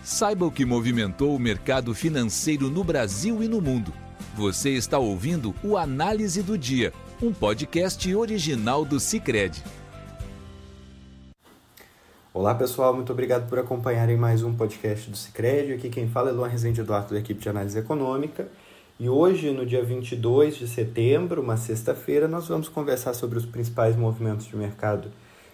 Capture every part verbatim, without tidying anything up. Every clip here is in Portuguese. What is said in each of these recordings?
Saiba o que movimentou o mercado financeiro no Brasil e no mundo. Você está ouvindo o Análise do Dia, um podcast original do Sicredi. Olá pessoal, muito obrigado por acompanharem mais um podcast do Sicredi. Aqui quem fala é Luan Rezende Eduardo, da equipe de análise econômica. E hoje, no dia vinte e dois de setembro, uma sexta-feira, nós vamos conversar sobre os principais movimentos de mercado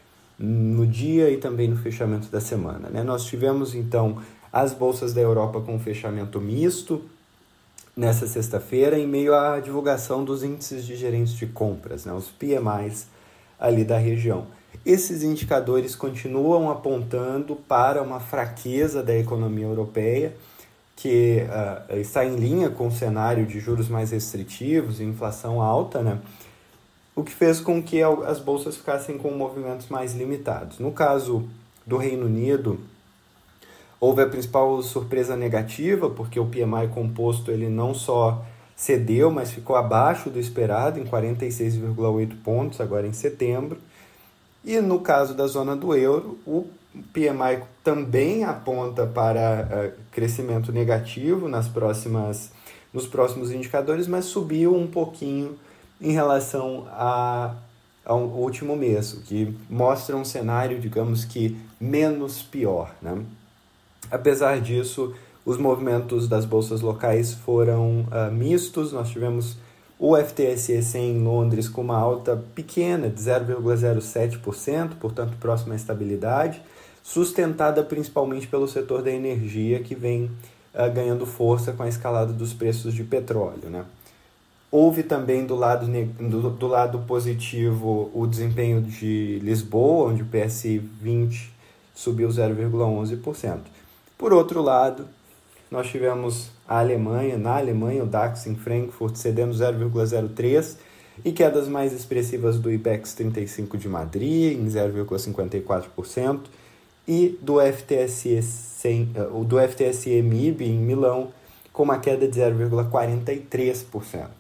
no dia e também no fechamento da semana, né? Nós tivemos então as bolsas da Europa com fechamento misto nessa sexta-feira, em meio à divulgação dos índices de gerentes de compras, né? Os P M Is ali da região. Esses indicadores continuam apontando para uma fraqueza da economia europeia, que uh, está em linha com o cenário de juros mais restritivos e inflação alta, né? O que fez com que as bolsas ficassem com movimentos mais limitados. No caso do Reino Unido, houve a principal surpresa negativa, porque o P M I composto ele não só cedeu, mas ficou abaixo do esperado, em quarenta e seis vírgula oito pontos, agora em setembro. E no caso da zona do euro, o P M I também aponta para uh, crescimento negativo nas próximas, nos próximos indicadores, mas subiu um pouquinho em relação a, ao último mês, o que mostra um cenário, digamos que, menos pior, né? Apesar disso, os movimentos das bolsas locais foram uh, mistos. Nós tivemos o F T S E cem em Londres com uma alta pequena de zero vírgula zero sete por cento, portanto próxima à estabilidade, sustentada principalmente pelo setor da energia, que vem uh, ganhando força com a escalada dos preços de petróleo, né? Houve também do lado, do, do lado positivo o desempenho de Lisboa, onde o P S I vinte subiu zero vírgula onze por cento. Por outro lado, nós tivemos a Alemanha, na Alemanha, o DAX em Frankfurt cedendo zero vírgula zero três por cento e quedas mais expressivas do IBEX trinta e cinco de Madrid em zero vírgula cinquenta e quatro por cento e do F T S E cem, do F T S E M I B em Milão com uma queda de zero vírgula quarenta e três por cento.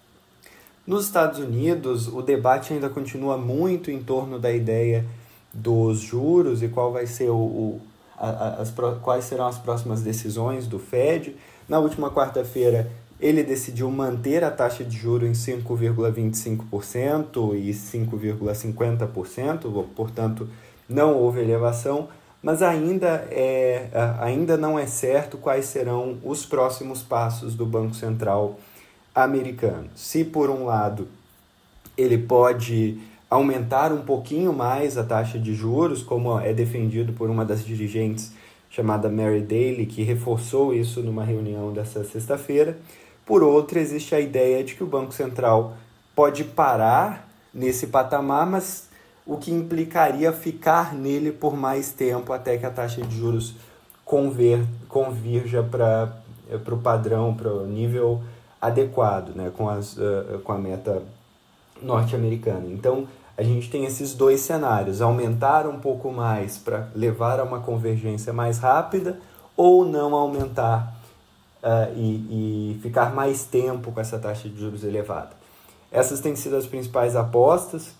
Nos Estados Unidos, o debate ainda continua muito em torno da ideia dos juros e qual vai ser o, o, a, as, quais serão as próximas decisões do Fed. Na última quarta-feira, ele decidiu manter a taxa de juros em cinco vírgula vinte e cinco por cento e cinco vírgula cinquenta por cento, portanto, não houve elevação, mas ainda, é, ainda não é certo quais serão os próximos passos do Banco Central americano. Se, por um lado, ele pode aumentar um pouquinho mais a taxa de juros, como é defendido por uma das dirigentes chamada Mary Daly, que reforçou isso numa reunião dessa sexta-feira. Por outra, existe a ideia de que o Banco Central pode parar nesse patamar, mas o que implicaria ficar nele por mais tempo até que a taxa de juros conver, convirja para o padrão, para o nível adequado, né, com, as, uh, com a meta norte-americana. Então, a gente tem esses dois cenários: aumentar um pouco mais para levar a uma convergência mais rápida, ou não aumentar uh, e, e ficar mais tempo com essa taxa de juros elevada. Essas têm sido as principais apostas,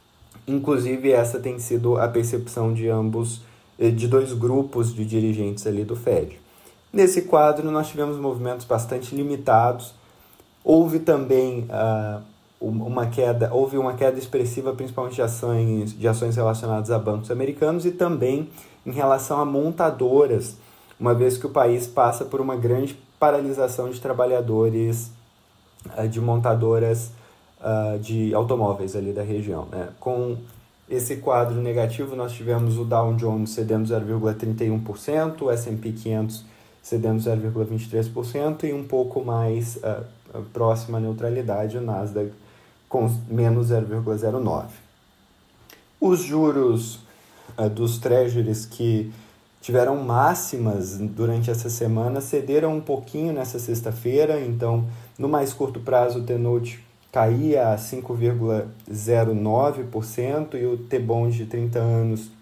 inclusive essa tem sido a percepção de ambos, de dois grupos de dirigentes ali do Fed. Nesse quadro, nós tivemos movimentos bastante limitados. Houve também uh, uma queda, houve uma queda expressiva, principalmente de ações, de ações relacionadas a bancos americanos e também em relação a montadoras, uma vez que o país passa por uma grande paralisação de trabalhadores uh, de montadoras uh, de automóveis ali da região, né? Com esse quadro negativo, nós tivemos o Dow Jones cedendo zero vírgula trinta e um por cento, o S and P quinhentos cedendo zero vírgula vinte e três por cento e um pouco mais uh, próxima à neutralidade, o Nasdaq com menos zero vírgula zero nove por cento. Os juros uh, dos treasuries que tiveram máximas durante essa semana cederam um pouquinho nessa sexta-feira, então no mais curto prazo o T-Note caía a cinco vírgula zero nove por cento e o T-Bond de trinta anos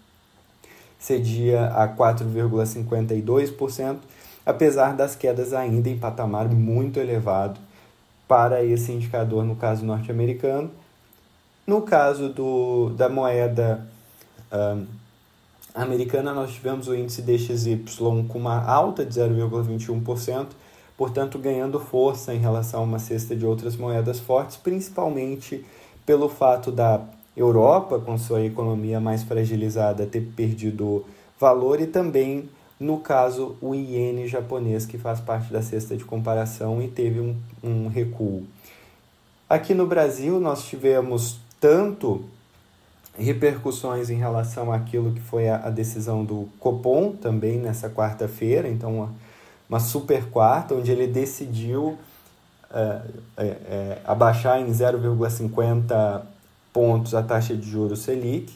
cedia a quatro vírgula cinquenta e dois por cento, apesar das quedas ainda em patamar muito elevado para esse indicador no caso norte-americano. No caso do, da moeda uh, americana nós tivemos o índice D X Y com uma alta de zero vírgula vinte e um por cento, portanto ganhando força em relação a uma cesta de outras moedas fortes, principalmente pelo fato da Europa, com sua economia mais fragilizada, ter perdido valor, e também, no caso, o iene japonês, que faz parte da cesta de comparação e teve um, um recuo. Aqui no Brasil, nós tivemos tanto repercussões em relação àquilo que foi a, a decisão do Copom, também nessa quarta-feira, então uma, uma super quarta, onde ele decidiu é, é, é, abaixar em zero vírgula cinquenta pontos a taxa de juros Selic,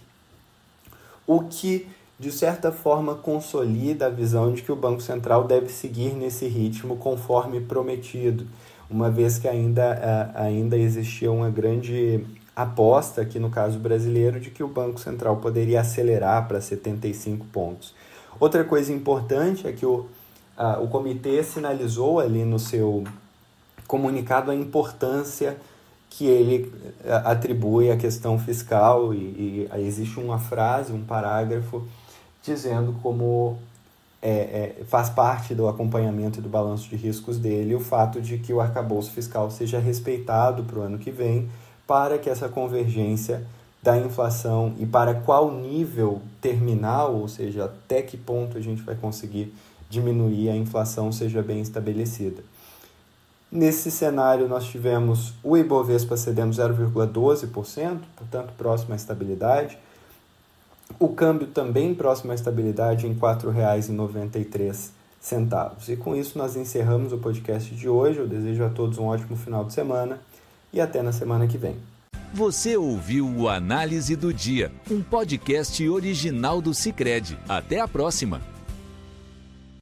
o que, de certa forma, consolida a visão de que o Banco Central deve seguir nesse ritmo conforme prometido, uma vez que ainda, ainda existia uma grande aposta, aqui no caso brasileiro, de que o Banco Central poderia acelerar para setenta e cinco pontos. Outra coisa importante é que o, a, o comitê sinalizou ali no seu comunicado a importância que ele atribui à questão fiscal, e, e existe uma frase, um parágrafo, dizendo como é, é, faz parte do acompanhamento e do balanço de riscos dele o fato de que o arcabouço fiscal seja respeitado para o ano que vem, para que essa convergência da inflação e para qual nível terminal, ou seja, até que ponto a gente vai conseguir diminuir a inflação, seja bem estabelecida. Nesse cenário, nós tivemos o Ibovespa cedendo zero vírgula doze por cento, portanto, próximo à estabilidade. O câmbio também próximo à estabilidade em quatro reais e noventa e três centavos. E com isso, nós encerramos o podcast de hoje. Eu desejo a todos um ótimo final de semana e até na semana que vem. Você ouviu o Análise do Dia, um podcast original do Sicredi. Até a próxima!